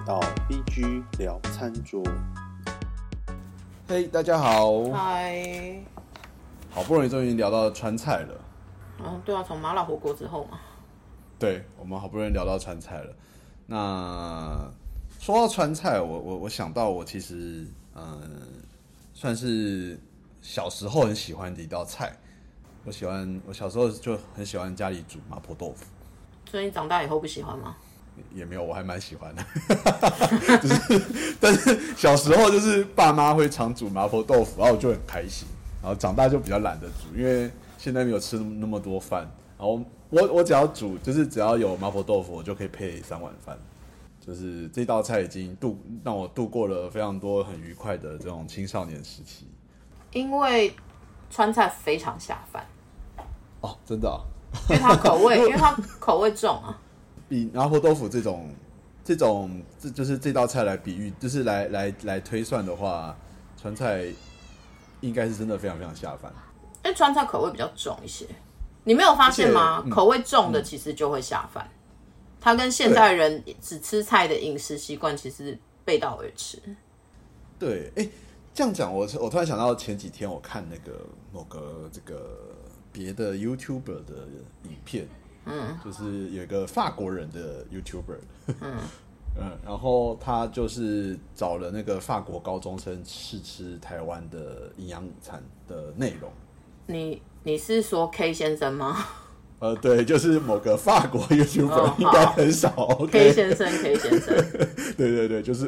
到 BG 聊餐桌。 嘿，大家好， 嗨， 好不容易终于聊到川菜了。 对啊，从麻辣火锅之后嘛。 对，我们好不容易聊到川菜了。那说到川菜，我想到我其实算是小时候很喜欢的一道菜。我小时候就很喜欢家里煮麻婆豆腐。 所以你长大以后不喜欢吗？ 也没有，我还蛮喜欢的。但是小时候就是爸妈会常煮麻婆豆腐，然后我就很开心。然后长大就比较懒得煮，因为现在没有吃那么多饭。然后我只要煮，就是只要有麻婆豆腐，我就可以配3碗饭。就是这道菜已经让我度过了非常多很愉快的这种青少年时期。 因为川菜非常下饭。 哦，真的啊？ 因为它口味重啊。 比麻婆豆腐这就是这道菜来比喻，就是来推算的话，川菜应该是真的非常非常下饭。 因为川菜口味比较重一些，你没有发现吗？口味重的其实就会下饭。它跟现代人只吃菜的饮食习惯其实背道而驰。对， 这样讲我突然想到前几天我看那个某个这个别的 YouTuber 的影片。就是有一个法国人的 YouTuber， 然后他就是找了那个法国高中生试吃台湾的营养午餐的内容。 你是说 K 先生吗？ 对，就是某个法国 YouTuber，应该很少。 K 先生， 对，就是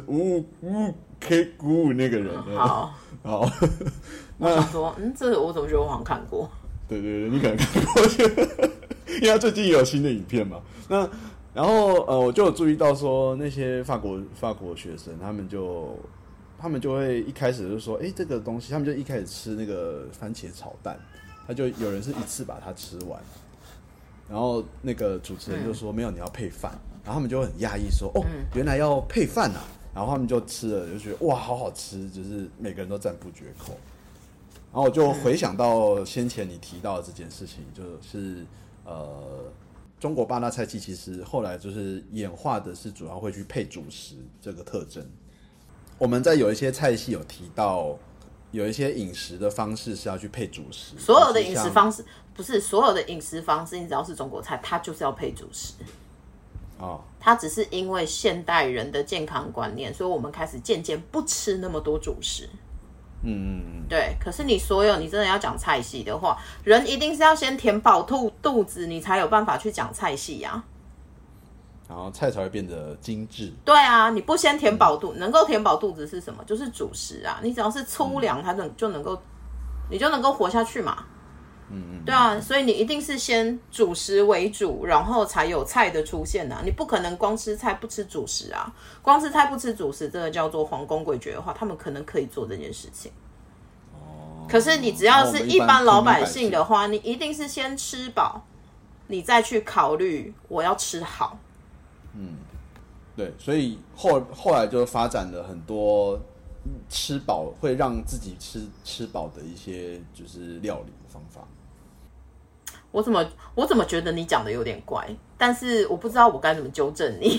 K 那个人。 好，我想说，这我怎么觉得我好像看过？ 对，你可能看过。因为他最近有新的影片嘛，然后我就有注意到说那些法国学生，他们就会一开始就说，这个东西，他们就一开始吃那个番茄炒蛋，他就有人是一次把它吃完，然后那个主持人就说没有，你要配饭，然后他们就很讶异说，原来要配饭啊，然后他们就吃了，就觉得哇，好好吃，就是每个人都赞不绝口。然后我就回想到先前你提到的这件事情，就是中国8大菜系其实后来就是演化的是主要会去配主食这个特征。我们在有一些菜系有提到，有一些饮食的方式是要去配主食。 所有的饮食方式不是所有的饮食方式，你只要是中国菜，它就是要配主食。它只是因为现代人的健康观念，所以我们开始渐渐不吃那么多主食。对，可是你真的要讲菜系的话，人一定是要先填饱肚子，你才有办法去讲菜系啊。 然后菜才会变得精致。 对啊，你不先填饱肚，能够填饱肚子是什么？就是主食啊。你只要是粗粮，它你就能够活下去嘛。对啊，所以你一定是先主食为主，然后才有菜的出现啊。你不可能光吃菜不吃主食啊，光吃菜不吃主食，这个叫做皇宫诡谲的话，他们可能可以做这件事情。可是你只要是一般老百姓的话，你一定是先吃饱，你再去考虑我要吃好。 对，所以后来就发展了很多吃饱会让自己吃饱的一些就是料理的方法。我怎么觉得你讲的有点怪，但是我不知道我该怎么纠正你。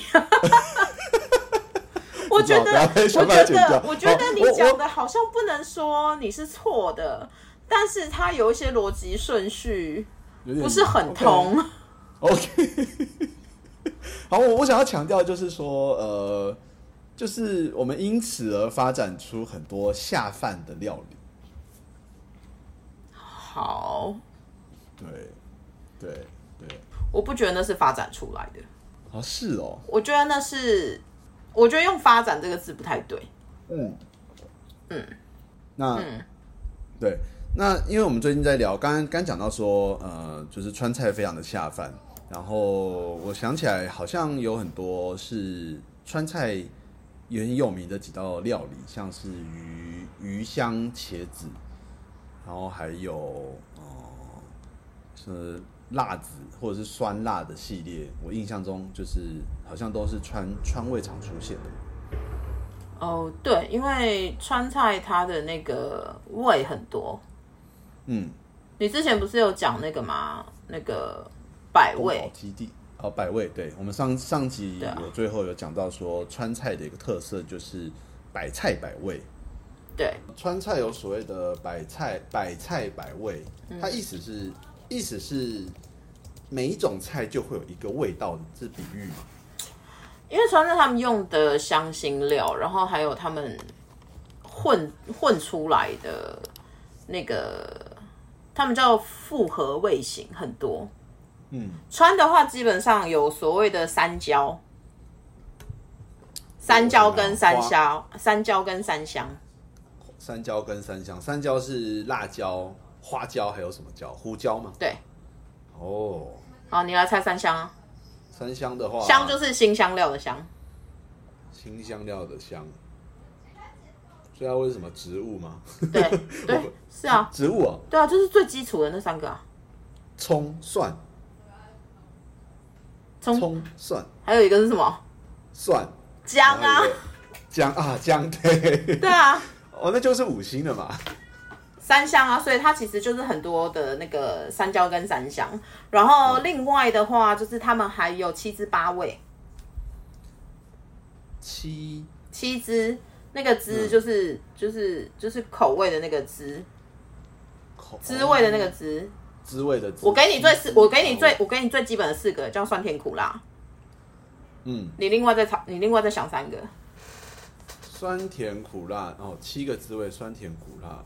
我觉得你讲的好像不能说你是错的，但是它有一些逻辑顺序不是很通。 OK 好，我想要强调就是说，就是我们因此而发展出很多下饭的料理。 好， 对， 我不觉得那是发展出来的。 是哦。我觉得用发展这个字不太对。 对，那因为我们最近在聊，刚讲到说，就是川菜非常的下饭，然后我想起来好像有很多是川菜也很有名的几道料理，像是鱼香茄子，然后还有是辣子或者是酸辣的系列，我印象中就是好像都是川味常出现的。 对，因为川菜它的那个味很多。你之前不是有讲那个吗？那个百味基地。 哦，百味，对，我们上集有最后有讲到说，川菜的一个特色就是百菜百味。 对， 川菜有所谓的百菜百味，它意思是每一种菜就会有一个味道，这是比喻嘛？ 因为川菜他们用的香辛料，然后还有他们混出来的那个，他们叫复合味型很多。川的话基本上有所谓的三椒跟三香，三椒跟三香。 三椒是辣椒、花椒，还有什么椒？胡椒吗？ 对。 哦。 好，你来猜三香啊。 三香的话， 香就是新香料的香。 新香料的香。所以它会是什么植物吗？ 对，是啊。 植物啊。 对啊，就是最基础的那三个啊。 葱、蒜。葱、蒜。 还有一个是什么？ 蒜。 姜啊。 姜，对。 对啊。 哦，那就是五星的嘛。 三香啊，所以它其实就是很多的那个三椒跟三香，然后另外的话就是他们还有七支八味。七支，那个支就是口味的那个支，滋味的那个支， 滋味的滋。 我给你最基本的4个，叫酸甜苦辣。你另外再想3个。 酸甜苦辣，然后7个滋味，酸甜苦辣，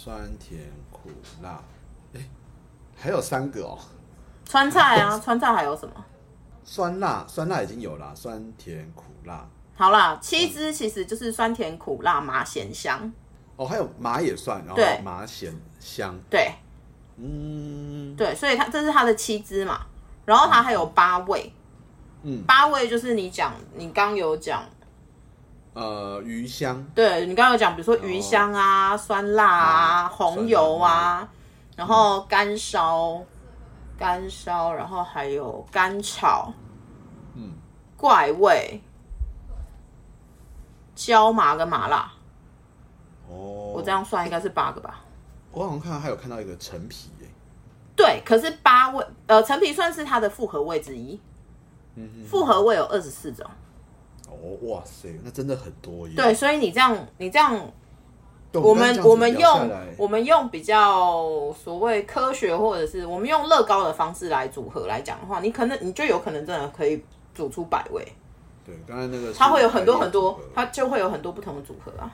还有3个哦。 川菜啊，川菜还有什么？ 酸辣已经有啦，酸甜苦辣。 好啦，7支其实就是酸甜苦辣麻咸香。 哦，还有麻也算，然后麻咸香。 对，对，所以这是它的7支嘛，然后它还有8味。8味就是你刚有讲。 鱼香， 对，你刚刚有讲，比如说鱼香啊、酸辣啊、红油啊，然后干烧，然后还有干炒，怪味，椒麻跟麻辣。哦，我这样算应该是8个吧？ 我好像还有看到一个陈皮耶。 对，可是8味，陈皮算是它的复合味之一。复合味有24种。 哦，哇塞，那真的很多耶。 对，所以你这样，我们用比较所谓科学，或者是我们用乐高的方式来组合来讲的话，你就有可能真的可以煮出100味。 对，刚才那个它会有很多，它就会有很多不同的组合啊。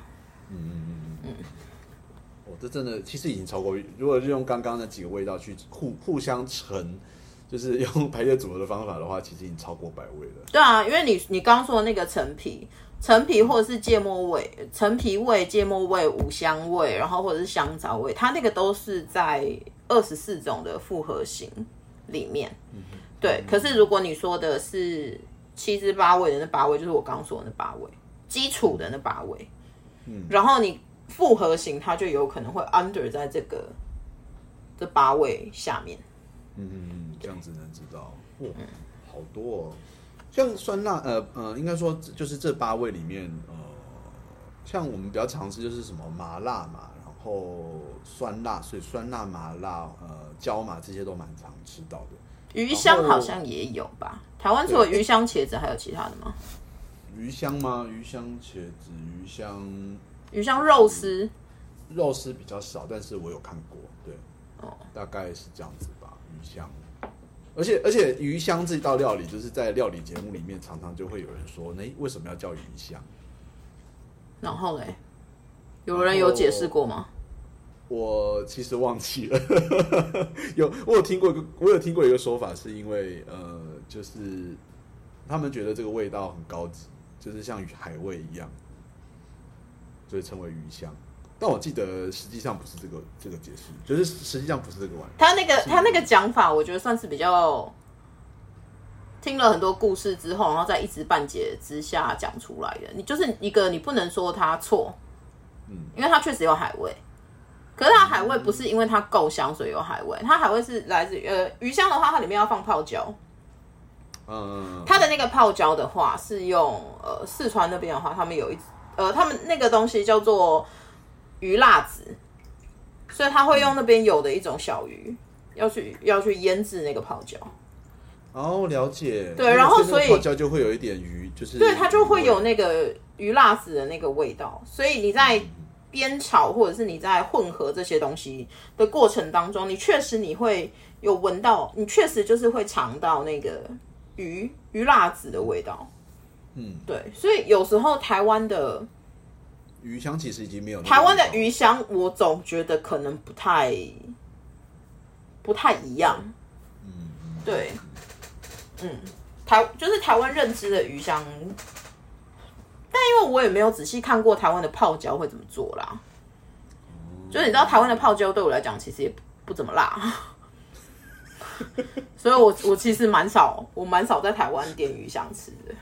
这真的其实已经超过，如果是用刚刚那几个味道去互相乘。就是用排列组合的方法的话，其实已经超过100味了。 对啊，因为你刚刚说的那个陈皮或者是芥末味、陈皮味、芥末味、五香味，然后或者是香枣味，它那个都是在24种的复合型里面。对，可是如果你说的是7支8味的那8味，就是我刚刚说的那8味，基础的那8味。然后你复合型，它就有可能会 under 在这8味下面。 这样子能知道，好多哦。像酸辣，应该说就是这8味里面，像我们比较常吃就是什么麻辣嘛，然后酸辣，所以酸辣、麻辣、椒麻这些都蛮常吃到的。 鱼香好像也有吧？台湾除了鱼香、茄子，还有其他的吗？ 鱼香吗？鱼香、茄子、鱼香肉丝比较少，但是我有看过，对，大概是这样子吧。鱼香，而且鱼香这道料理，就是在料理节目里面常常就会有人说，为什么要叫鱼香？ 然后嘞，有人有解释过吗？ 我其实忘记了，我有听过一个说法，是因为就是他们觉得这个味道很高级，就是像海味一样，所以称为鱼香。但我记得实际上不是这个解释，就是实际上不是这个玩意。 他那个讲法，我觉得算是比较听了很多故事之后，然后在一知半解之下讲出来的。你就是一个，你不能说它错，因为它确实有海味，可是它海味不是因为它够香所以有海味，它海味是来自鱼香的话，它里面要放泡椒。它的那个泡椒的话是用四川那边的话，他们有他们那个东西叫做鱼辣子，所以他会用那边有的一种小鱼要去腌制那个泡椒。 哦，了解。 对，然后所以泡椒就会有一点鱼，就是对它就会有那个鱼辣子的那个味道，所以你在煸炒或者是你在混合这些东西的过程当中，你会有闻到，你确实就是会尝到那个鱼辣子的味道。对，所以有时候台湾的鱼香其实已经没有。 台湾的鱼香，我总觉得可能不太一样。对，就是台湾认知的鱼香，但因为我也没有仔细看过台湾的泡椒会怎么做啦。就是你知道台湾的泡椒对我来讲其实也不怎么辣，所以我其实蛮少在台湾点鱼香吃的。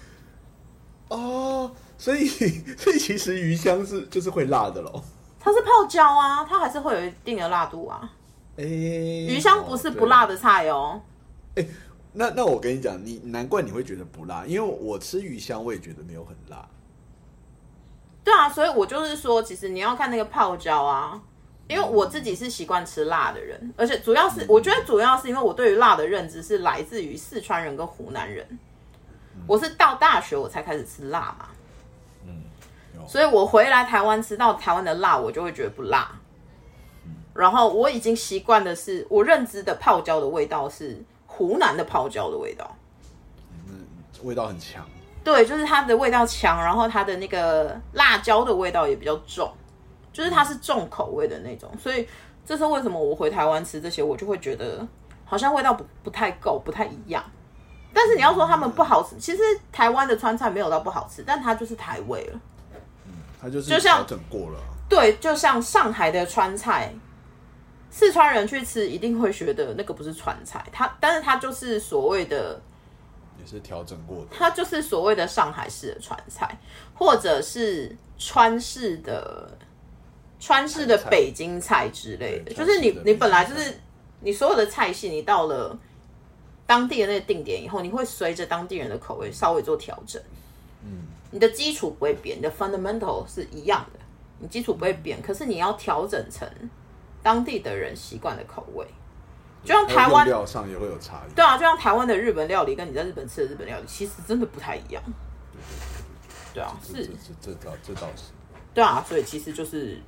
哦，所以其实鱼香就是会辣的咯。 它是泡椒啊，它还是会有一定的辣度啊。鱼香不是不辣的菜哦。 那我跟你讲，难怪你会觉得不辣，因为我吃鱼香我也觉得没有很辣。 对啊，所以我就是说，其实你要看那个泡椒啊，因为我自己是习惯吃辣的人，而且我觉得主要是因为我对于辣的认知是来自于四川人跟湖南人。我是到大学我才开始吃辣嘛，所以我回来台湾吃到台湾的辣，我就会觉得不辣。然后我已经习惯的是，我认知的泡椒的味道是湖南的泡椒的味道， 味道很强。 对，就是它的味道强，然后它的那个辣椒的味道也比较重，就是它是重口味的那种。所以这是为什么我回台湾吃这些，我就会觉得好像味道不太够，不太一样。但是你要说他们不好吃，其实台湾的川菜没有到不好吃，但它就是台味了。 它就是调整过了。 对，就像上海的川菜，四川人去吃一定会觉得那个不是川菜，但是它就是所谓的， 也是调整过的， 它就是所谓的上海式的川菜，或者是川式的北京菜之类的。就是你本来就是你所有的菜系，你到了当地的那个定点以后，你会随着当地人的口味稍微做调整。你的基础不会变，你的 fundamental 是一样的，你基础不会变，可是你要调整成当地的人习惯的口味。就像台湾料上也会有差异。 对啊，就像台湾的日本料理跟你在日本吃的日本料理其实真的不太一样。对啊， 这倒是。 对啊，所以其实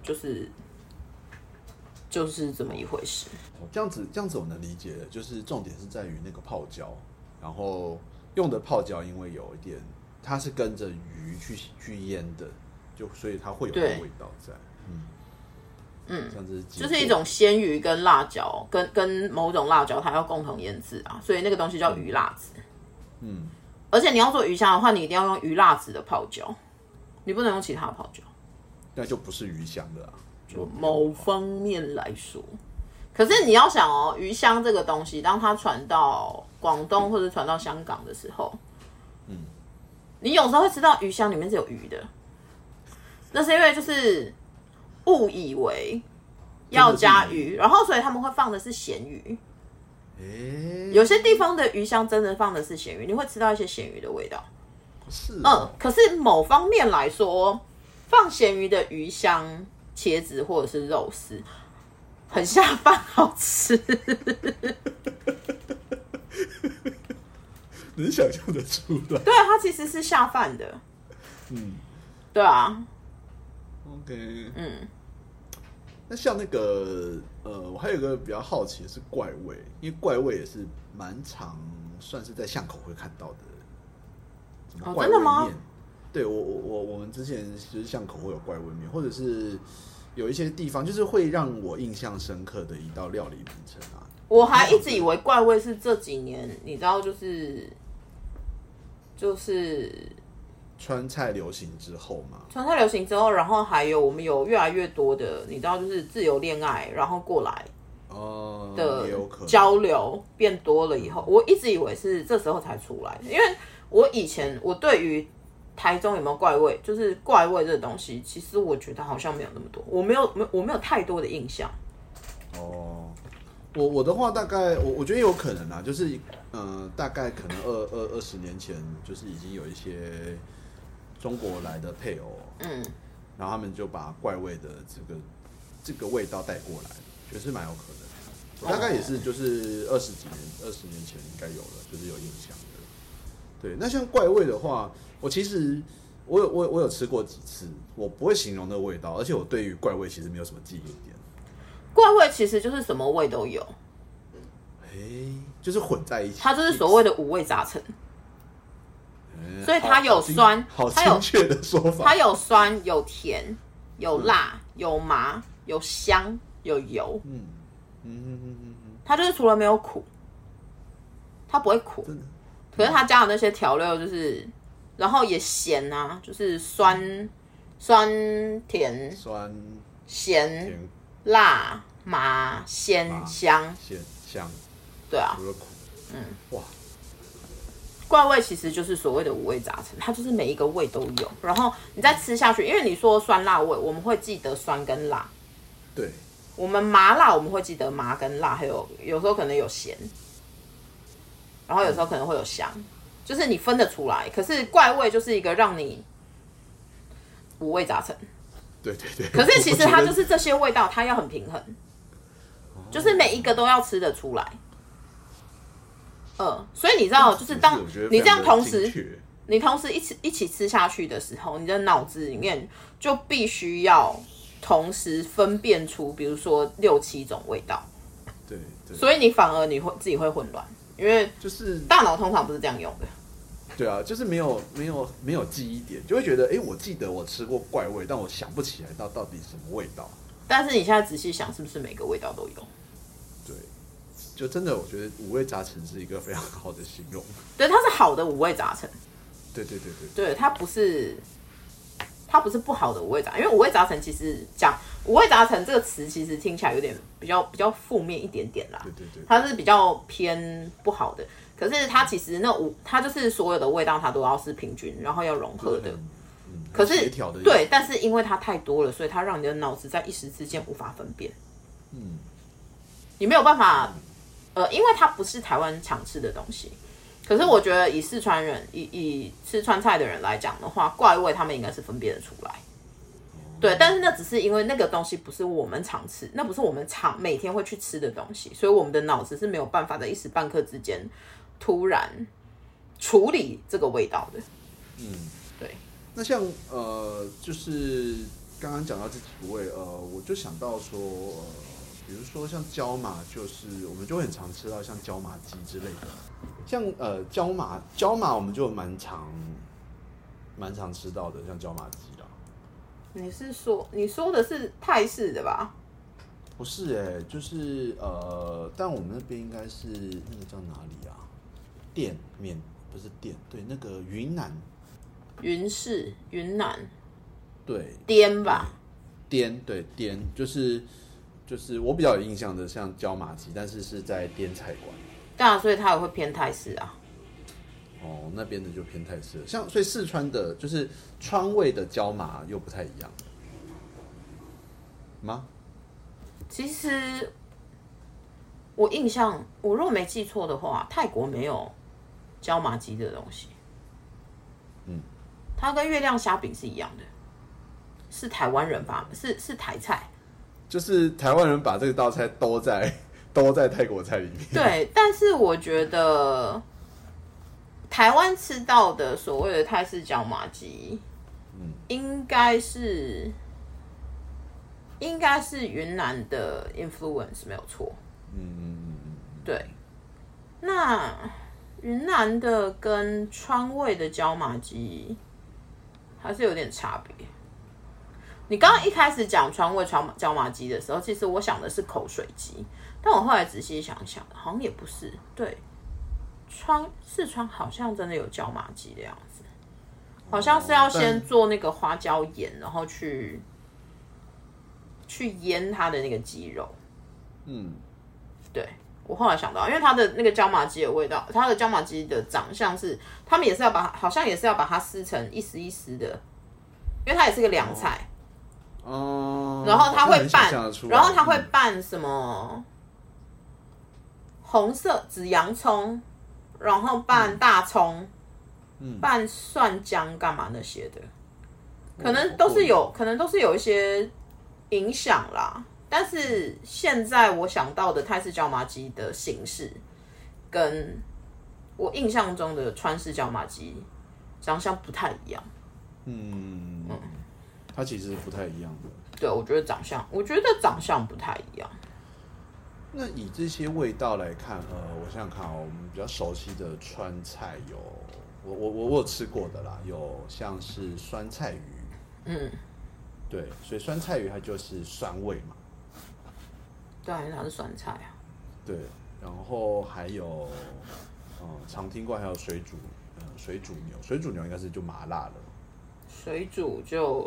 就是这么一回事。 这样子我能理解的，就是重点是在于那个泡椒，然后用的泡椒因为有一点，它是跟着鱼去腌的，所以它会有那个味道在。这样子就是一种鲜鱼跟辣椒，跟某种辣椒它要共同腌制啊，所以那个东西叫鱼辣子。而且你要做鱼香的话，你一定要用鱼辣子的泡椒，你不能用其他的泡椒， 那就不是鱼香的啊。 就某方面来说，可是你要想哦，鱼香这个东西，当它传到广东或者传到香港的时候，你有时候会吃到鱼香里面是有鱼的，那是因为就是误以为要加鱼，然后所以他们会放的是咸鱼。有些地方的鱼香真的放的是咸鱼，你会吃到一些咸鱼的味道。 是， 可是某方面来说，放咸鱼的鱼香茄子或者是肉丝，很下饭，好吃。 能想象得出来。 对啊，它其实是下饭的。对啊。 OK。那像那个我还有一个比较好奇的是怪味，因为怪味也是蛮常算是在巷口会看到的。什么怪味面？ 真的吗？ 对，我们之前就是巷口会有怪味面，或者是有一些地方就是会让我印象深刻的一道料理名称啊。 我还一直以为怪味是这几年，你知道，就是川菜流行之后嘛。 川菜流行之后，然后还有我们有越来越多的，你知道，就是自由恋爱，然后过来的交流变多了以后，我一直以为是这时候才出来的，因为我以前我对于台中有没有怪味，就是怪味这个东西，其实我觉得好像没有那么多，我没有太多的印象。 我的话大概我觉得有可能啦，就是大概可能20年前，就是已经有一些中国来的配偶，然后他们就把怪味的这个味道带过来，觉得是蛮有可能的。 我大概也是就是20年前应该有了，就是有印象的。对，那像怪味的话，我其实我有吃过几次，我不会形容那个味道，而且我对于怪味其实没有什么记忆点。 怪味其实就是什么味都有， 就是混在一起， 它就是所谓的五味杂陈。所以它有酸， 好精确的说法。 它有酸，有甜，有辣，有麻，有香，有油。它就是除了没有苦，它不会苦，可是它加的那些调料就是，然后也咸啊，就是酸、甜、咸、辣、麻、鲜、香。对啊， 除了苦，哇。 怪味其实就是所谓的五味杂陈，它就是每一个味都有。然后你再吃下去，因为你说酸辣味，我们会记得酸跟辣。 对。 我们麻辣，我们会记得麻跟辣，还有时候可能有咸，然后有时候可能会有香，就是你分得出来。可是怪味就是一个让你五味杂陈。 对。 可是其实它就是这些味道，它要很平衡，就是每一个都要吃得出来。所以你知道，就是当你这样同时一起吃下去的时候，你的脑子里面就必须要同时分辨出，比如说6、7种味道。 对。 所以你反而自己会混乱，因为就是大脑通常不是这样用的。 对啊，就是没有记忆点，就会觉得我记得我吃过怪味，但我想不起来到底什么味道。 但是你现在仔细想，是不是每个味道都有？ 对。就真的，我觉得五味杂陈是一个非常好的形容。 对，它是好的五味杂陈。 对， 它不是不好的五味杂，因为五味杂陈其实讲五味杂陈这个词，其实听起来有点比较负面一点点啦。 对， 它是比较偏不好的。可是它其实它就是所有的味道，它都要是平均，然后要融合的。可是对，但是因为它太多了，所以它让你的脑子在一时之间无法分辨。你没有办法。因为它不是台湾常吃的东西，可是我觉得以四川人以吃川菜的人来讲的话，怪味他们应该是分辨得出来。对，但是那只是因为那个东西不是我们常吃，那不是我们每天会去吃的东西，所以我们的脑子是没有办法在一时半刻之间突然处理这个味道的。对。 那像就是刚刚讲到这几味，我就想到说比如说像椒麻，就是我们就会很常吃到像椒麻鸡之类的，像椒麻我们就蛮常吃到的，像椒麻鸡啦。 你说的是泰式的吧？ 不是就是但我们那边应该是那个叫哪里啊？不是对，那个云南。云南。对。滇吧。滇就是我比较有印象的，像椒麻鸡，但是是在滇菜馆。 对啊，所以它也会偏泰式啊。 那边的就偏泰式，所以四川的就是川味的椒麻又不太一样吗？其实我印象，我如果没记错的话，泰国没有椒麻鸡的东西。它跟月亮虾饼是一样的，是台湾人发明，是台菜。 就是台湾人把这道菜都在泰国菜里面。 对，但是我觉得台湾吃到的所谓的泰式椒麻鸡，应该是云南的 influence 没有错。对。那云南的跟川味的椒麻鸡还是有点差别。你刚刚一开始讲川味椒麻鸡的时候，其实我想的是口水鸡，但我后来仔细想想，好像也不是。对，四川好像真的有椒麻鸡的样子，好像是要先做那个花椒盐，然后去腌它的那个鸡肉。对，我后来想到，因为它的那个椒麻鸡的味道，它的椒麻鸡的长相是，他们也是要好像也是要把它撕成一丝一丝的，因为它也是个凉菜。然后它会拌什么红色紫洋葱，然后拌大葱，拌蒜姜干嘛那些的，可能都是有一些影响啦。 但是现在我想到的泰式椒麻鸡的形式，跟我印象中的川式椒麻鸡长相不太一样。 它其实不太一样的。 对，我觉得长相不太一样。 那以这些味道来看，我想想看我们比较熟悉的川菜有，我有吃过的啦，有像是酸菜鱼，对，所以酸菜鱼它就是酸味嘛， 对，它是酸菜啊。 对，然后还有，常听过还有水煮牛应该是就麻辣了， 水煮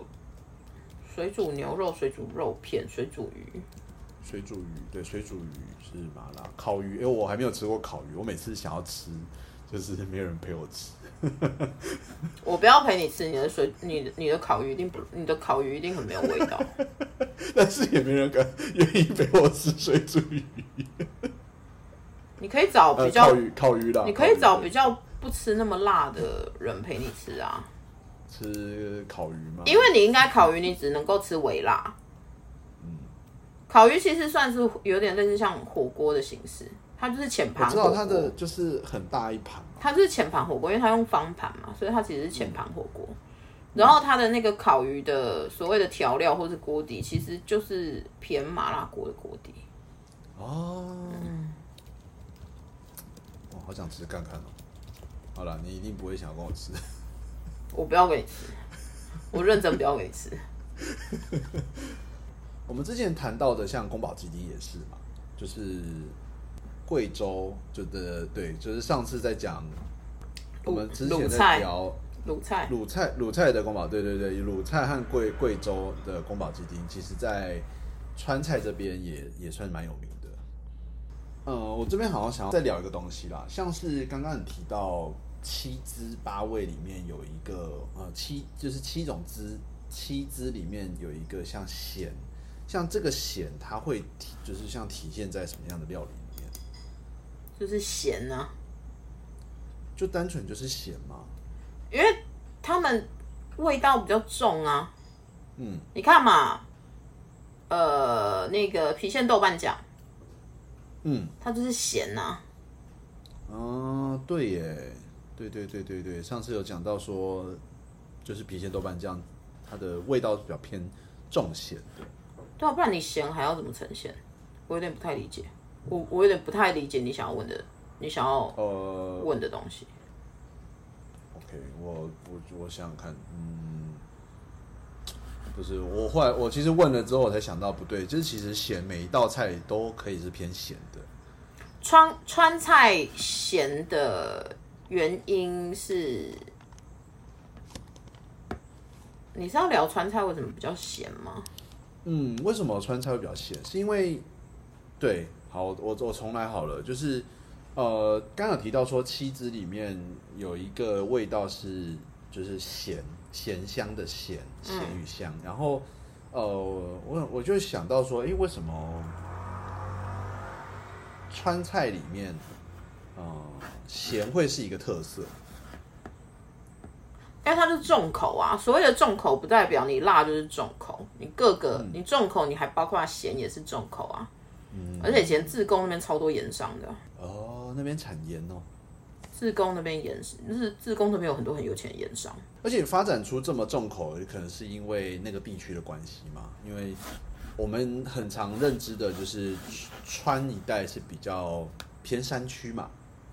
牛肉、水煮肉片、水煮鱼。 水煮鱼，对，水煮鱼是麻辣。烤鱼，因为我还没有吃过烤鱼，我每次想要吃，就是没有人陪我吃。 我不要陪你吃，你的烤鱼一定不，你的烤鱼一定很没有味道。 但是也没人愿意陪我吃水煮鱼。 你可以找比较烤鱼啦， 你可以找比较不吃那么辣的人陪你吃啊。 吃烤鱼吗？ 因为你应该烤鱼，你只能够吃微辣。烤鱼其实算是有点类似像火锅的形式，它就是浅盘火锅。 我知道它的就是很大一盘， 它就是浅盘火锅，因为它用方盘嘛，所以它其实是浅盘火锅。然后它的那个烤鱼的所谓的调料或是锅底，其实就是偏麻辣锅的锅底。 哦，我好想吃看看哦。好了，你一定不会想要跟我吃。 我不要给你吃，我认真不要给你吃。 我们之前谈到的像宫保鸡丁也是嘛，就是贵州对，就是上次在讲，我们之前在聊鲁菜的宫保，对，鲁菜和贵州的宫保鸡丁，其实在川菜这边也算蛮有名的。我这边好像想要再聊一个东西啦，像是刚刚你提到7滋8味里面有一个就是7种7滋里面有一个像咸。像这个咸，它会就是像体现在什么样的料理里面？ 就是咸啊， 就单纯就是咸嘛。 因为它们味道比较重啊。你看嘛，那个郫县豆瓣酱，它就是咸啊。 对耶，对，上次有讲到说，就是郫县豆瓣酱，它的味道比较偏重咸的。 对啊，不然你咸还要怎么呈现？我有点不太理解。我有点不太理解你想要问的东西。 OK， 我想想看，不是，后来我其实问了之后，我才想到不对，就是其实咸每一道菜都可以是偏咸的。 川菜咸的原因是，你是要聊川菜为什么比较咸吗？ 为什么川菜会比较咸？是因为，对，好，我重来好了，就是刚有提到说7滋里面有一个味道是就是咸香的咸与香，然后我就想到说，为什么川菜里面咸会是一个特色？ 因为它是重口啊，所谓的重口不代表你辣就是重口，你你重口你还包括咸也是重口啊。而且以前自贡那边超多盐商的。 那边产盐哦。 自贡那边自贡那边有很多很有钱的盐商。 而且发展出这么重口，可能是因为那个地区的关系嘛，因为我们很常认知的就是川一带是比较偏山区嘛。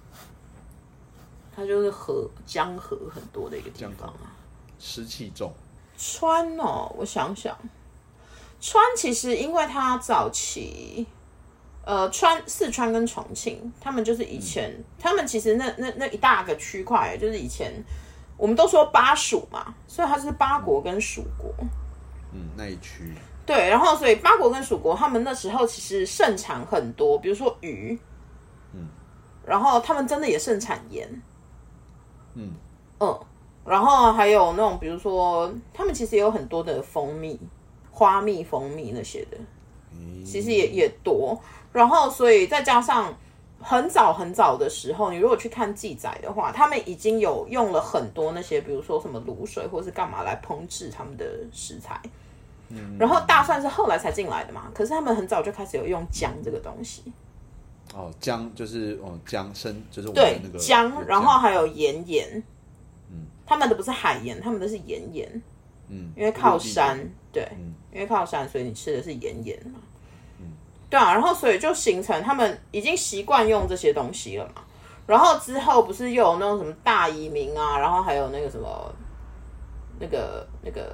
它就是江河很多的一个地方啊， 湿气重。 川我想想，川其实因为它早期，四川跟重庆，他们就是以前，他们其实那一大个区块，就是以前我们都说巴蜀嘛，所以它是巴国跟蜀国， 那一区。 对，然后所以巴国跟蜀国，他们那时候其实盛产很多，比如说鱼，然后他们真的也盛产盐。然后还有那种，比如说，他们其实也有很多的蜂蜜、花蜜、蜂蜜那些的，其实也多。然后，所以再加上很早的时候，你如果去看记载的话，他们已经有用了很多那些，比如说什么卤水或是干嘛来烹制他们的食材。 然后大蒜是后来才进来的嘛，可是他们很早就开始有用姜这个东西。 姜就是姜生，就是我们对那个姜，然后还有盐，他们的不是海盐，他们的是盐，因为靠山，对，因为靠山，所以你吃的是盐嘛，对啊，然后所以就形成他们已经习惯用这些东西了嘛，然后之后不是又有那种什么大移民啊，然后还有那个什么那个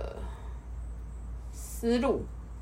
丝路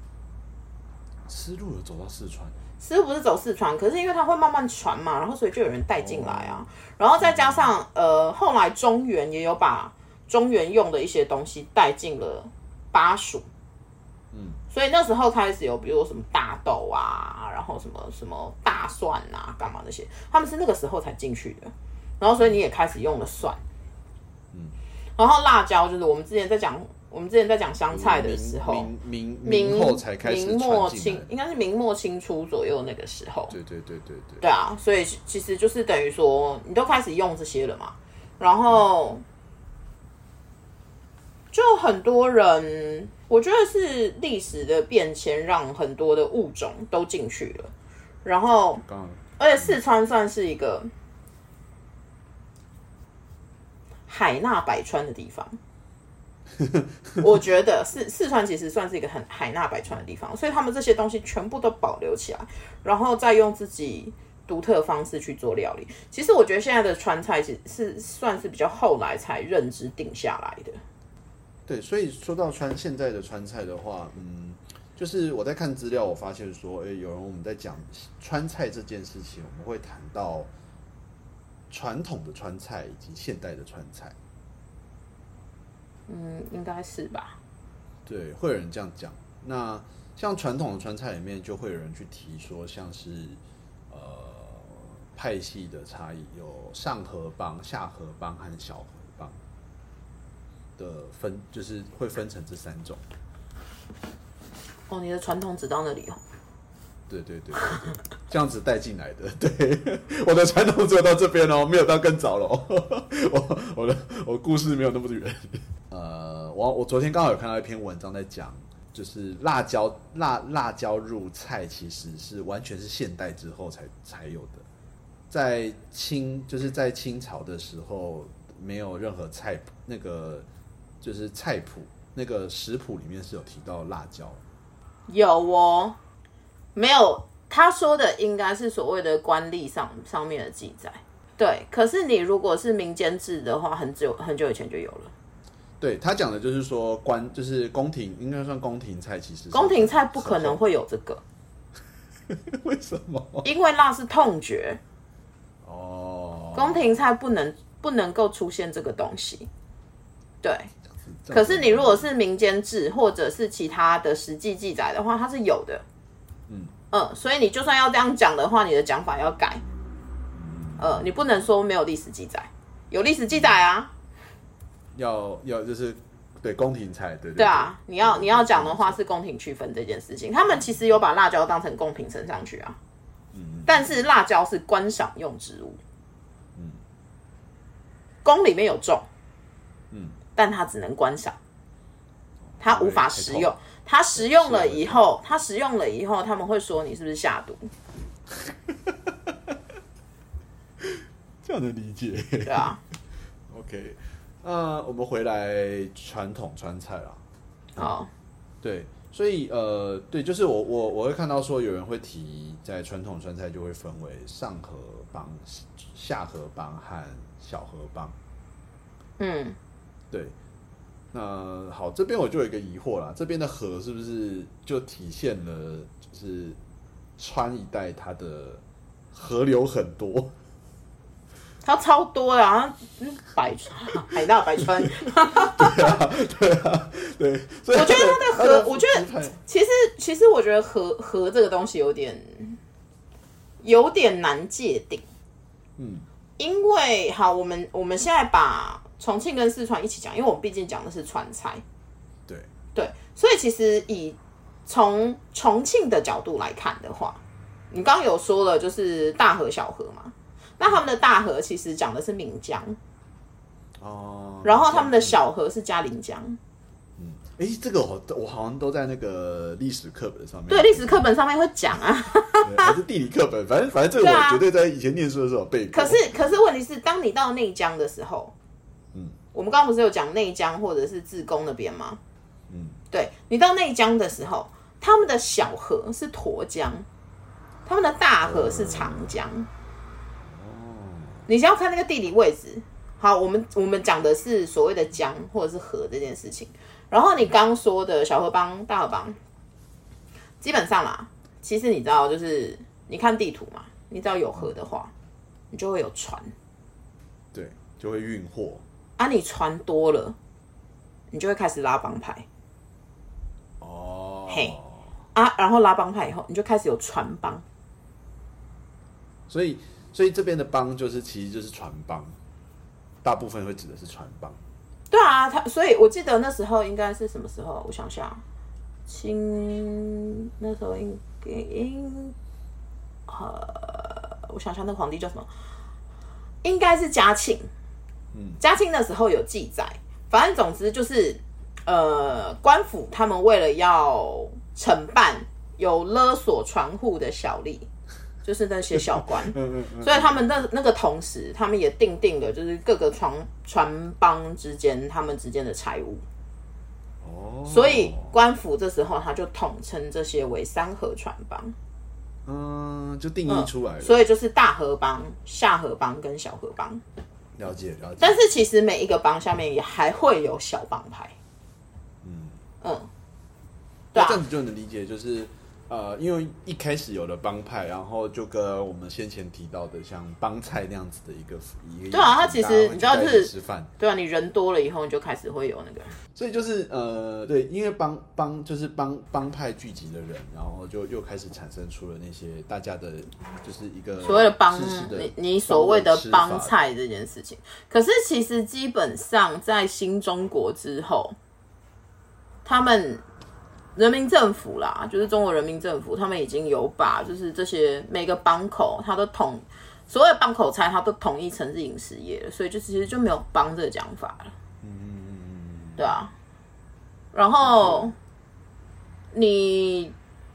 有走到四川。 丝路不是走四川，可是因为它会慢慢传嘛，然后所以就有人带进来啊，然后再加上后来中原也有把中原用的一些东西带进了巴蜀，所以那时候开始有比如说什么大豆啊，然后什么大蒜啊，干嘛那些，他们是那个时候才进去的，然后所以你也开始用了蒜，然后辣椒就是我们之前在讲香菜的时候， 明后才开始传进来， 应该是明末清初左右那个时候。 对。 对啊，所以其实就是等于说，你都开始用这些了嘛，然后就很多人，我觉得是历史的变迁让很多的物种都进去了，然后而且四川算是一个海纳百川的地方。我觉得四川其实算是一个很海纳百川的地方，所以他们这些东西全部都保留起来，然后再用自己独特的方式去做料理。其实我觉得现在的川菜其实是算是比较后来才认知定下来的。 对，所以说到现在的川菜的话，就是我在看资料，我发现说，有人我们在讲川菜这件事情，我们会谈到传统的川菜以及现代的川菜。 应该是吧。 对，会有人这样讲。那像传统的川菜里面，就会有人去提说，像是派系的差异，有上河帮、下河帮和小河帮的分，就是会分成这3种。 你的传统只到那里哦。 对，这样子带进来的。对，我的传统只有到这边哦，没有到更早了哦。我故事没有那么远。我昨天刚好有看到一篇文章在讲，就是辣椒入菜其实是完全是现代之后才有的，在清朝的时候没有任何菜谱，那个就是菜谱那个食谱里面是有提到辣椒。 有哦，没有，他说的应该是所谓的官吏上面的记载。对，可是你如果是民间制的话，很久以前就有了。 对，他讲的就是说就是宫廷，应该算宫廷菜，其实宫廷菜不可能会有这个。 为什么？ 因为辣是痛觉。宫廷菜不能够出现这个东西。对。可是你如果是民间制或者是其他的实际记载的话，它是有的。所以你就算要这样讲的话，你的讲法要改。你不能说没有历史记载，有历史记载啊。要就是对宫廷菜， 对啊，你要讲的话是宫廷区分这件事情，他们其实有把辣椒当成贡品升上去啊。但是辣椒是观赏用植物。宫里面有种。但它只能观赏，它无法食用。它食用了以后，他们会说你是不是下毒？ 这样的理解。 对啊。 OK， 我们回来传统川菜啦。 好。 对，所以对，就是我会看到说有人会提，在传统川菜就会分为上河帮、下河帮和小河帮。对，那好，这边我就有一个疑惑啦，这边的河是不是就体现了就是川一带它的河流很多？ 它超多的，海纳百川。 对啊，对。所以我觉得它的河，我觉得其实我觉得河这个东西有点难界定。因为好，我们现在把重庆跟四川一起讲，因为我们毕竟讲的是川菜。对，所以其实从重庆的角度来看的话，你刚刚有说了，就是大河小河嘛。那他们的大河其实讲的是岷江，然后他们的小河是嘉陵江。 这个我好像都在那个历史课本上面。 对，历史课本上面会讲啊， 还是地理课本，反正这个我绝对在以前念书的时候有背过。 可是问题是，当你到内江的时候，我们刚刚不是有讲内江或者是自贡那边吗？对，你到内江的时候，他们的小河是沱江，他们的大河是长江。你先要看那个地理位置。好，我们讲的是所谓的江或者是河这件事情。然后你刚说的小河帮、大河帮，基本上啦，其实你知道，就是你看地图嘛，你只要有河的话，你就会有船， 对，就会运货。 啊，你船多了，你就会开始拉帮派。嘿，然后拉帮派以后，你就开始有船帮。 所以这边的帮其实就是船帮，大部分会指的是船帮。 对啊，所以我记得那时候应该是什么时候？我想想，那时候我想想那个皇帝叫什么？应该是嘉庆。嘉庆的时候有记载，反正总之就是官府他们为了要惩办有勒索船户的小吏。就是那些小官，所以他们那个同时，他们也定了，就是各个船帮之间他们之间的财务。所以官府这时候他就统称这些为三河船帮。 就定义出来了。 所以就是大河帮、下河帮跟小河帮。 了解。 但是其实每一个帮下面也还会有小帮派。 对啊，这样子就能理解，就是因为一开始有了帮派，然后就跟我们先前提到的像帮菜那样子的一个对啊，它其实你知道就是吃饭， 对啊，你人多了以后，你就开始会有那个， 所以就是对，因为就是帮派聚集的人，然后就又开始产生出了那些大家的，就是一个所谓的帮，你所谓的帮帮菜这件事情。可是其实基本上在新中国之后，他们人民政府啦，就是中国人民政府，他们已经有把就是这些每个帮口，它都所谓的帮口菜，它都统一成是饮食业了，所以就其实就没有帮这个讲法了。对啊。然后你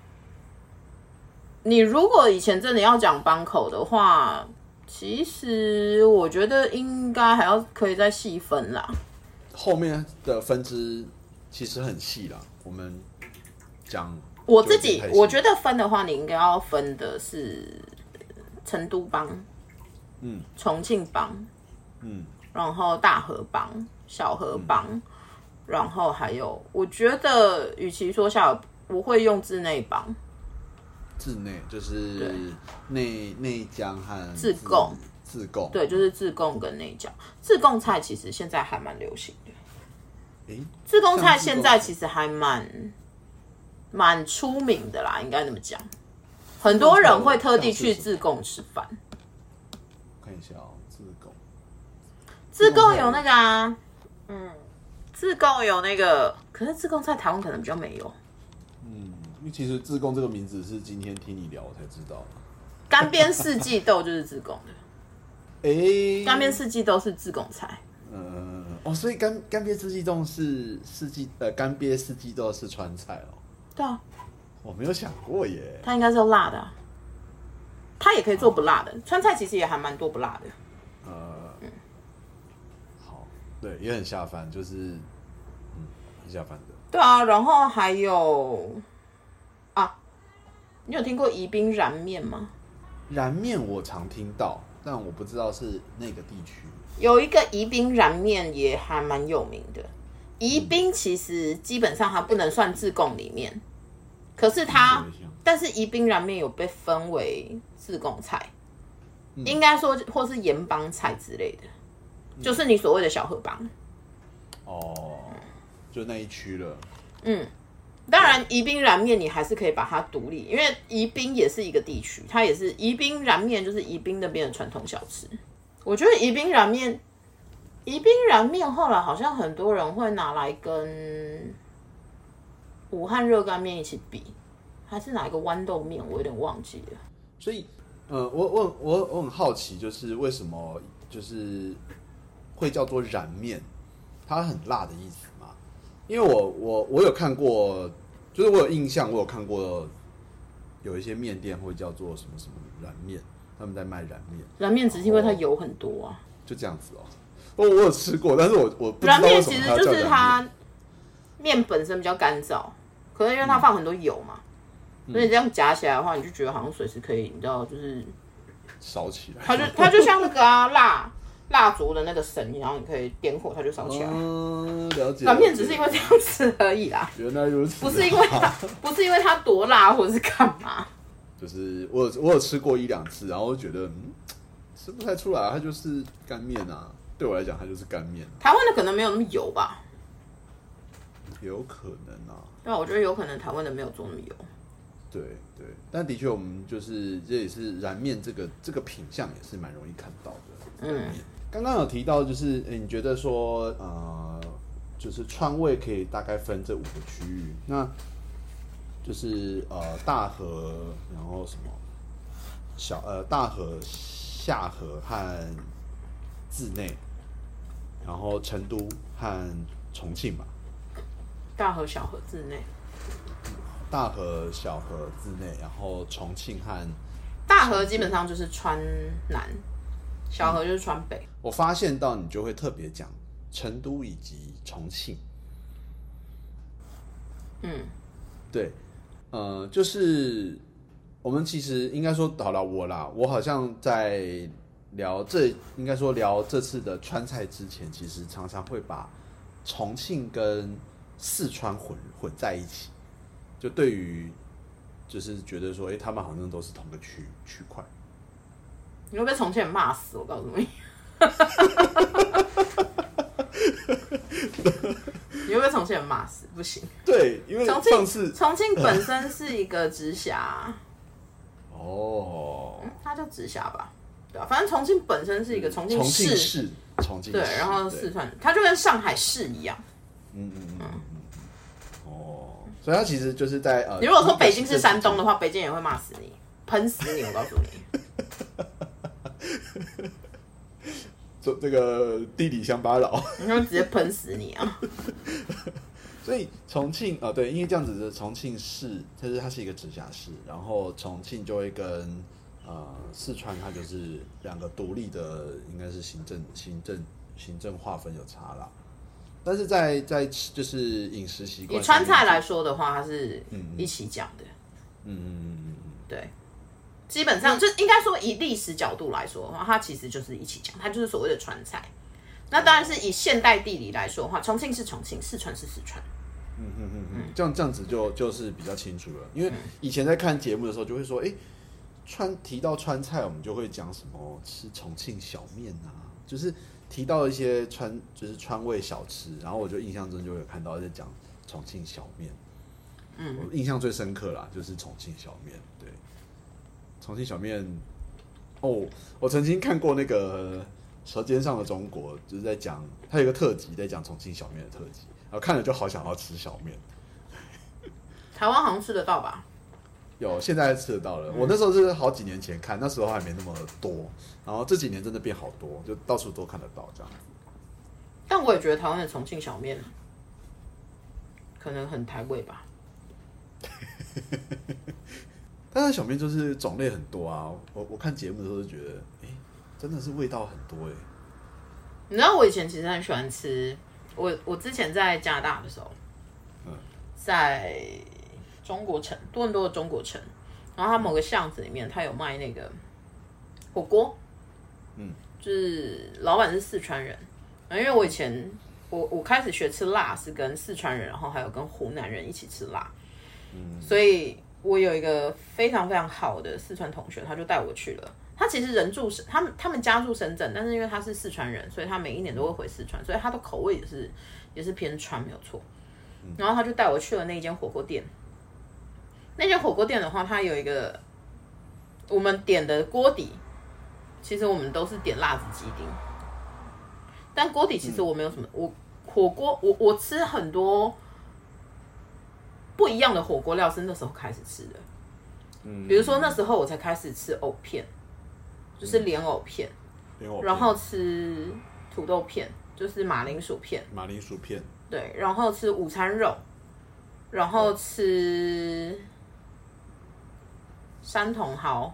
如果以前真的要讲帮口的话，其实我觉得应该还要可以再细分啦。 后面的分支其实很细啦，我们讲我自己我觉得分的话，你应该要分的是成都帮，重庆帮，然后大河帮、小河帮，然后还有我觉得与其说我会用治内帮。 治内就是内江和自贡，对，就是自贡跟内江。自贡菜其实现在还蛮流行的。自贡菜现在其实还蛮出名的啦，应该那么讲。很多人会特地去自贡吃饭。 看一下自贡有那个啊，自贡有那个，可是自贡菜台湾可能比较没有。 因为其实自贡这个名字是今天听你聊我才知道的。 干煸四季豆就是自贡的。干煸四季豆是自贡菜。 所以干煸四季豆是干煸四季豆是川菜哦。 对啊。 我没有想过耶。 它应该是要辣的啊。它也可以做不辣的，川菜其实也还蛮多不辣的。 好，对，也很下饭，就是很下饭的。 对啊，然后还有你有听过宜宾燃面吗？ 燃面我常听到，但我不知道是那个地区。 有一个宜宾燃面也还蛮有名的。宜宾其实基本上它不能算自贡里面，可是但是宜宾燃面有被分为自贡菜，应该说或是盐帮菜之类的，就是你所谓的小河帮。 就那一区了。 当然，宜宾燃面你还是可以把它独立，因为宜宾也是一个地区，它也是宜宾燃面，就是宜宾那边的传统小吃。我觉得宜宾燃面后来好像很多人会拿来跟武汉热干面一起比，还是哪一个豌豆面，我有点忘记了。 所以，我很好奇，就是为什么就是会叫做燃面，它很辣的意思吗？ 因为我有看过，就是我有印象，我有看过有一些面店会叫做什么什么燃面，他们在卖燃面。 燃面只是因为它油很多啊， 就这样子哦。我有吃过，但是我不知道燃面为什么它叫其实就是它燃面本身比较干燥，可能因为它放很多油嘛，所以你这样夹起来的话，你就觉得好像随时可以，你知道，就是烧起来。 它就像那个蜡烛的那个绳，然后你可以点火，它就烧起来。 了解。 燃面只是因为这样子而已啦， 原来如此。 不是因为它多辣或者是干嘛。 就是我有吃过1-2次，然后我觉得吃不太出来，它就是干面啊。对我来讲，它就是干面。 台湾的可能没有那么油吧？ 有可能啊。 对啊，我觉得有可能台湾的没有做那么油。 对对，但的确我们就是这也是燃面这个品相也是蛮容易看到的。刚刚有提到就是你觉得说就是川味可以大概分这5个区域，那就是大和，然后什么大和、下和和自内，然后成都和重庆嘛。 大和、小和、自内。 大和、小和、自内，然后重庆和大和基本上就是川南，小和就是川北。 我发现到你就会特别讲成都以及重庆。对，就是我们其实应该说好了，我好像在聊这次的川菜之前，其实常常会把重庆跟四川混在一起。就对于，就是觉得说，他们好像都是同个区块。 你会被重庆人骂死，我告诉你。你会被重庆人骂死，不行。 对，因为上次重庆本身是一个直辖。 哦。 它叫直辖吧？对啊，反正重庆本身是一个重庆市。 重庆市。 对，然后四川，它就跟上海市一样。 所以它其实就是在你如果说北京是山东的话，北京也会骂死你，喷死你，我告诉你。这个地理乡巴佬， 你会直接喷死你啊！ 所以重庆对，因为这样子的重庆市，它是一个直辖市，然后重庆就会跟四川，它就是2个独立的，应该是行政划分有差啦。但是在就是饮食习惯， 以川菜来说的话，它是一起讲的。对，基本上就应该说以历史角度来说的话，它其实就是一起讲，它就是所谓的川菜。那当然是以现代地理来说的话，重庆是重庆，四川是四川。 这样子就是比较清楚了。因为以前在看节目的时候，就会说，提到川菜，我们就会讲什么吃重庆小面啊，就是提到一些就是川味小吃，然后我就印象中就有看到在讲重庆小面。我印象最深刻啦，就是重庆小面。对，重庆小面，我曾经看过那个《舌尖上的中国》，就是在讲，它有一个特辑在讲重庆小面的特辑，然后看了就好想要吃小面。 台湾好像吃得到吧？ 有，现在吃得到了。我那时候是好几年前看，那时候还没那么多，然后这几年真的变好多，就到处都看得到这样子。 但我也觉得台湾的重庆小面可能很台味吧。 但是小面就是种类很多啊，我看节目的时候就觉得，真的是味道很多哎。 你知道我以前其实很喜欢吃，我之前在加拿大的时候，在中国城，多伦多的中国城，然后它某个巷子里面，它有卖那个火锅，就是老板是四川人，因为我以前我开始学吃辣是跟四川人，然后还有跟湖南人一起吃辣，所以我有一个非常非常好的四川同学，他就带我去了。他其实人住他们家住深圳，但是因为他是四川人，所以他每一年都会回四川，所以他的口味也是偏川没有错。然后他就带我去了那间火锅店。那间火锅店的话，它有一个我们点的锅底，其实我们都是点辣子鸡丁，但锅底其实我没有什么，我吃很多不一样的火锅料是那时候开始吃的，比如说那时候我才开始吃藕片，就是莲藕片，然后吃土豆片， 就是马铃薯片，对，然后吃午餐肉，然后吃山茼蒿，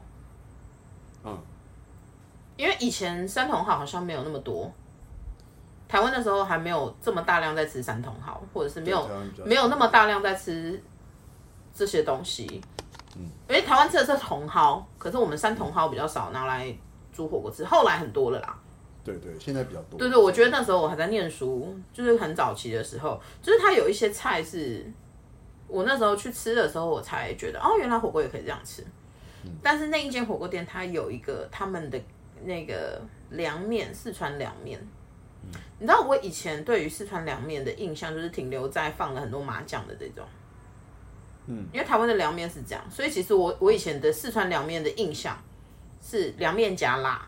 因为以前山茼蒿好像没有那么多，台湾的时候还没有这么大量在吃山茼蒿，或者是没有那么大量在吃这些东西。因为台湾吃的是茼蒿，可是我们山茼蒿比较少拿来煮火锅吃，后来很多了啦。 对，现在比较多。 对，我觉得那时候我还在念书，就是很早期的时候，就是它有一些菜是我那时候去吃的时候，我才觉得原来火锅也可以这样吃。但是那一间火锅店，它有一个他们的那个凉面，四川凉面。你知道我以前对于四川凉面的印象就是停留在放了很多麻酱的这种。因为台湾的凉面是这样，所以其实我以前的四川凉面的印象是凉面加辣。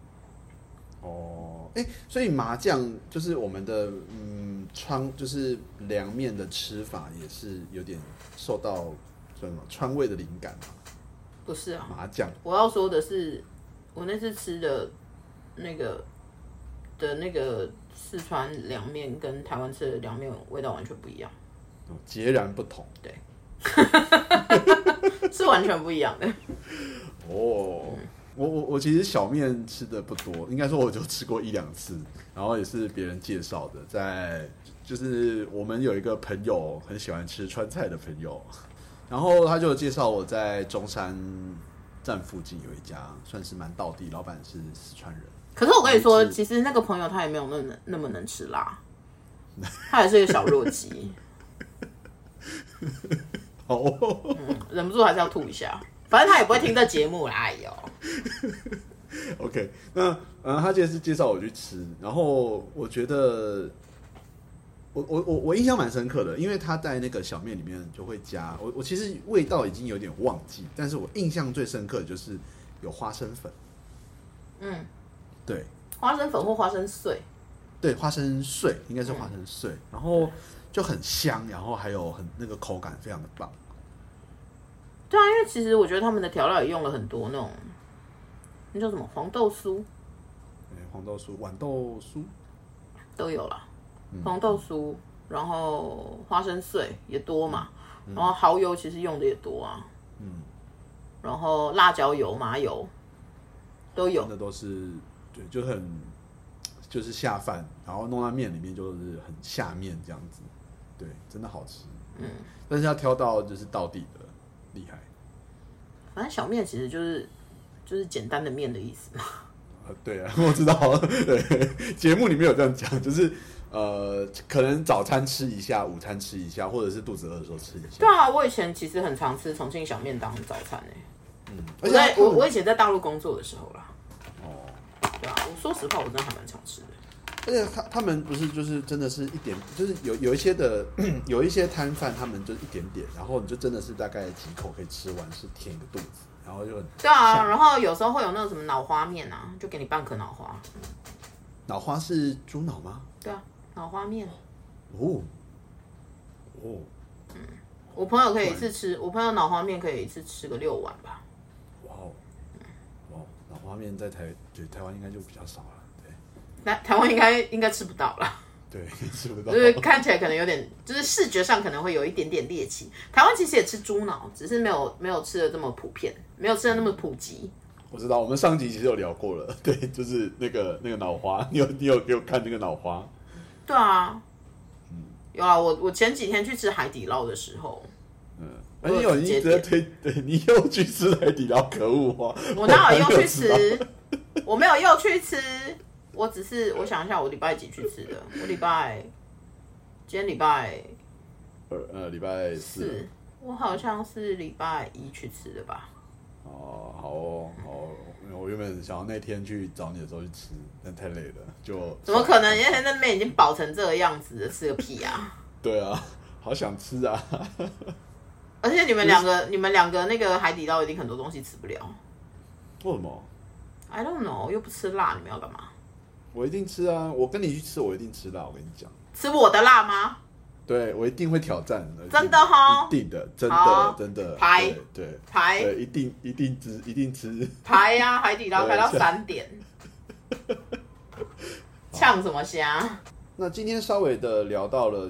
所以麻酱就是我们的就是凉面的吃法也是有点受到什么川味的灵感嘛？ 不是啊， 麻酱。 我要说的是，我那次吃的那个四川凉面跟台湾吃的凉面味道完全不一样， 截然不同。 对，是完全不一样的。 我其实小面吃的不多，应该说我就吃过1-2次，然后也是别人介绍的，就是我们有一个朋友很喜欢吃川菜的朋友，然后他就介绍我在中山站附近有一家算是蛮道地，老板是四川人。 可是我跟你说，其实那个朋友他也没有那么能吃辣，他也是一个小弱鸡。忍不住还是要吐一下。反正他也不会听这节目啦，哎呦。 OK， 那他今天是介绍我去吃，然后我觉得我印象蛮深刻的，因为他在那个小面里面就会加我其实味道已经有点忘记，但是我印象最深刻的就是有花生粉。对， 花生粉或花生碎。 对，花生碎应该是花生碎，然后就很香，然后还有那个口感非常的棒。 对啊，因为其实我觉得他们的调料也用了很多那种，那叫什么黄豆酥？ 黄豆酥、豌豆酥都有啦。黄豆酥，然后花生碎也多嘛，然后蚝油其实用的也多啊。然后辣椒油、麻油都有。 那都是对，就是下饭，然后弄到面里面就是很下面这样子，对，真的好吃。但是要挑到就是道地的。厉害， 反正小面其实就是简单的面的意思嘛。 对啊，我知道。对，节目里面有这样讲，就是可能早餐吃一下，午餐吃一下，或者是肚子饿的时候吃一下。 对啊，我以前其实很常吃重庆小面当早餐我以前在大陆工作的时候啦。对啊，我说实话，我真的还蛮常吃的。 而且他们不是就是真的是一点，就是有一些的有一些摊贩，他们就一点点，然后你就真的是大概几口可以吃完，是填个肚子，然后就很对啊，然后有时候会有那种什么脑花面啊，就给你半颗脑花。 脑花是猪脑吗？ 对啊，脑花面。我朋友可以一次吃，我朋友脑花面可以一次吃个6碗吧。 脑花面在台湾应该就比较少了。 台湾应该吃不到啦。 对，吃不到。 就是看起来可能有点，就是视觉上可能会有一点点猎奇。台湾其实也吃猪脑，只是没有吃的这么普遍，没有吃的那么普及。 我知道，我们上集其实有聊过了，对，就是那个脑花，你有给我看那个脑花？ 对啊，有啊，我前几天去吃海底捞的时候， 你一直在推，对你又去吃海底捞，可恶啊！ 我哪有又去吃？我没有又去吃。我只是我想一下，我礼拜几去吃的？今天礼拜礼拜4， 我好像是礼拜1去吃的吧。 好，我原本想要那天去找你的时候去吃，但太累了，就怎么可能？因为那边已经饱成这个样子了，吃个屁啊！ 对啊，好想吃啊！ 而且你们两个那个海底捞一定很多东西吃不了。 为什么 ？I don't know， 又不吃辣，你们要干嘛？ 我一定吃啊！我跟你去吃，我一定吃辣。我跟你讲， 吃我的辣吗？ 对，我一定会挑战的。 真的齁？ 一定的，真的。 排对， 排， 一定吃。 排呀，海底捞排到3点，呛什么虾？ 那今天稍微的聊到了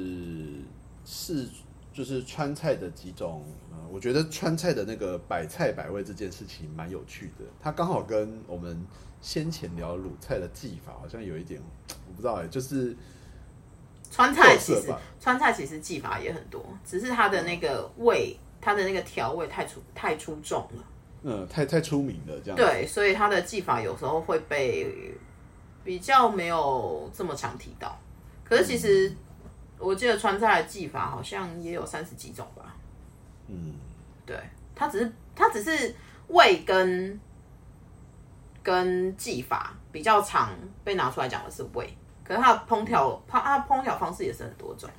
就是川菜的几种，我觉得川菜的那个百菜百味这件事情蛮有趣的，它刚好跟我们先前聊鲁菜的技法好像有一点，我不知道就是川菜其实技法也很多，只是它的那个味，它的那个调味太出众了， 太出名了这样。 对，所以它的技法有时候会被比较没有这么常提到。可是其实我记得川菜的技法好像也有30几种吧。对，它只是味跟技法比较常被拿出来讲的是味，可是它的烹调方式也是很多种。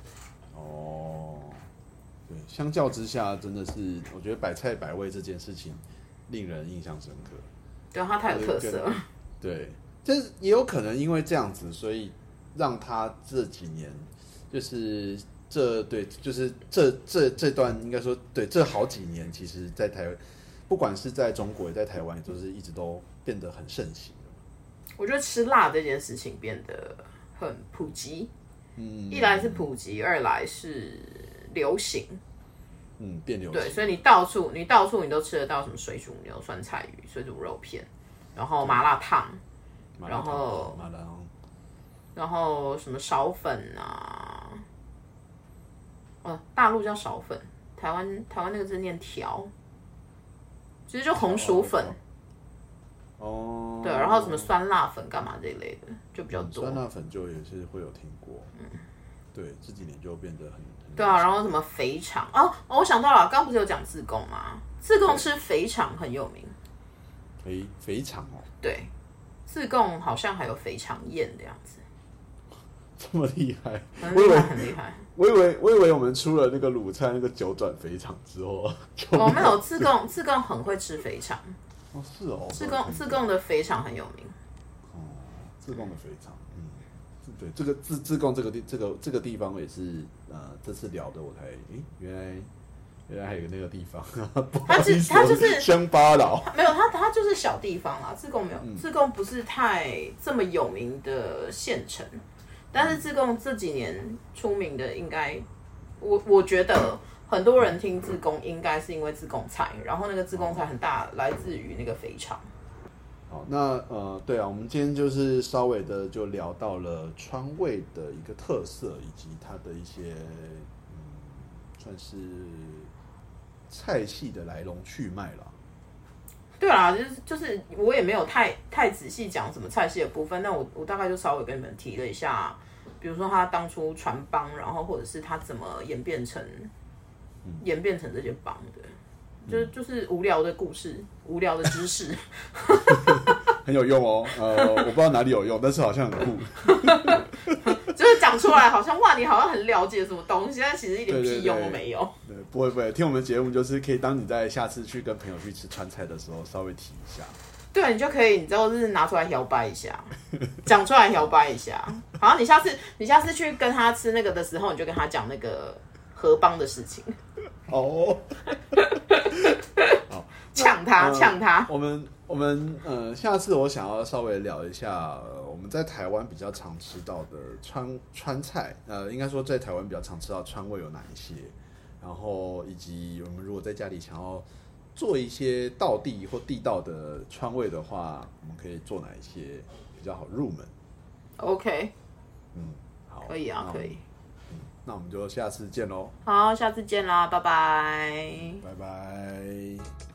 对，相较之下，真的是我觉得百菜百味这件事情令人印象深刻。 对，它太有特色了。 对，就是也有可能因为这样子，所以让他这几年就是这段应该说对这好几年，其实在台湾，不管是在中国也在台湾，也都是一直都变得很盛行。 我觉得吃辣这件事情变得很普及，一来是普及，二来是流行， 变流行。 对，所以你到处你都吃得到什么水煮牛、酸菜鱼、水煮肉片，然后麻辣烫，然后什么苕粉啊，大陆叫苕粉，台湾那个字念条，其实就红薯粉。对，然后什么酸辣粉干嘛这一类的就比较多。 酸辣粉就也是会有听过，对，这几年就变得很对啊，然后什么肥肠我想到了，刚不是有讲自贡吗？自贡吃肥肠很有名。 肥肠对，自贡好像还有肥肠宴的样子。 这么厉害， 很厉害。 我以为我们出了那个鲁菜那个九转肥肠之后， 没有自贡很会吃肥肠。 是哦， 自贡的肥肠很有名。 自贡的肥肠，对，这个自贡这个地方也是这次聊的我才原来还有那个地方，它就是乡巴佬， 没有它就是小地方啦。自贡没有，自贡不是太这么有名的县城，但是自贡这几年出名的应该，我觉得很多人听自贡应该是因为自贡菜，然后那个自贡菜很大来自于那个肥肠。 好，那对啊，我们今天就是稍微的就聊到了川味的一个特色，以及它的一些算是菜系的来龙去脉啦。 对啦，就是我也没有太仔细讲什么菜系的部分，那我大概就稍微跟你们提了一下，比如说他当初传帮，然后或者是他怎么演变成这些帮的，就是无聊的故事，无聊的知识， 很有用哦。我不知道哪里有用，但是好像很酷。 就是讲出来好像哇，你好像很了解什么东西，但其实一点屁用都没有。 对，不会，听我们节目就是可以当你在下次去跟朋友去吃川菜的时候，稍微提一下。 对，你就可以，你之后就是拿出来摇摆一下，讲出来摇摆一下。好，你下次去跟他吃那个的时候，你就跟他讲那个河帮的事情。 好， 呛他。 我们下次我想要稍微聊一下，我们在台湾比较常吃到的川菜，应该说在台湾比较常吃到川味有哪一些，然后以及我们如果在家里想要做一些道地或地道的川味的话，我们可以做哪一些比较好入门 ？OK， 好， 可以啊，可以。 那我们就下次见喽。 好，下次见啦，拜拜。 拜拜。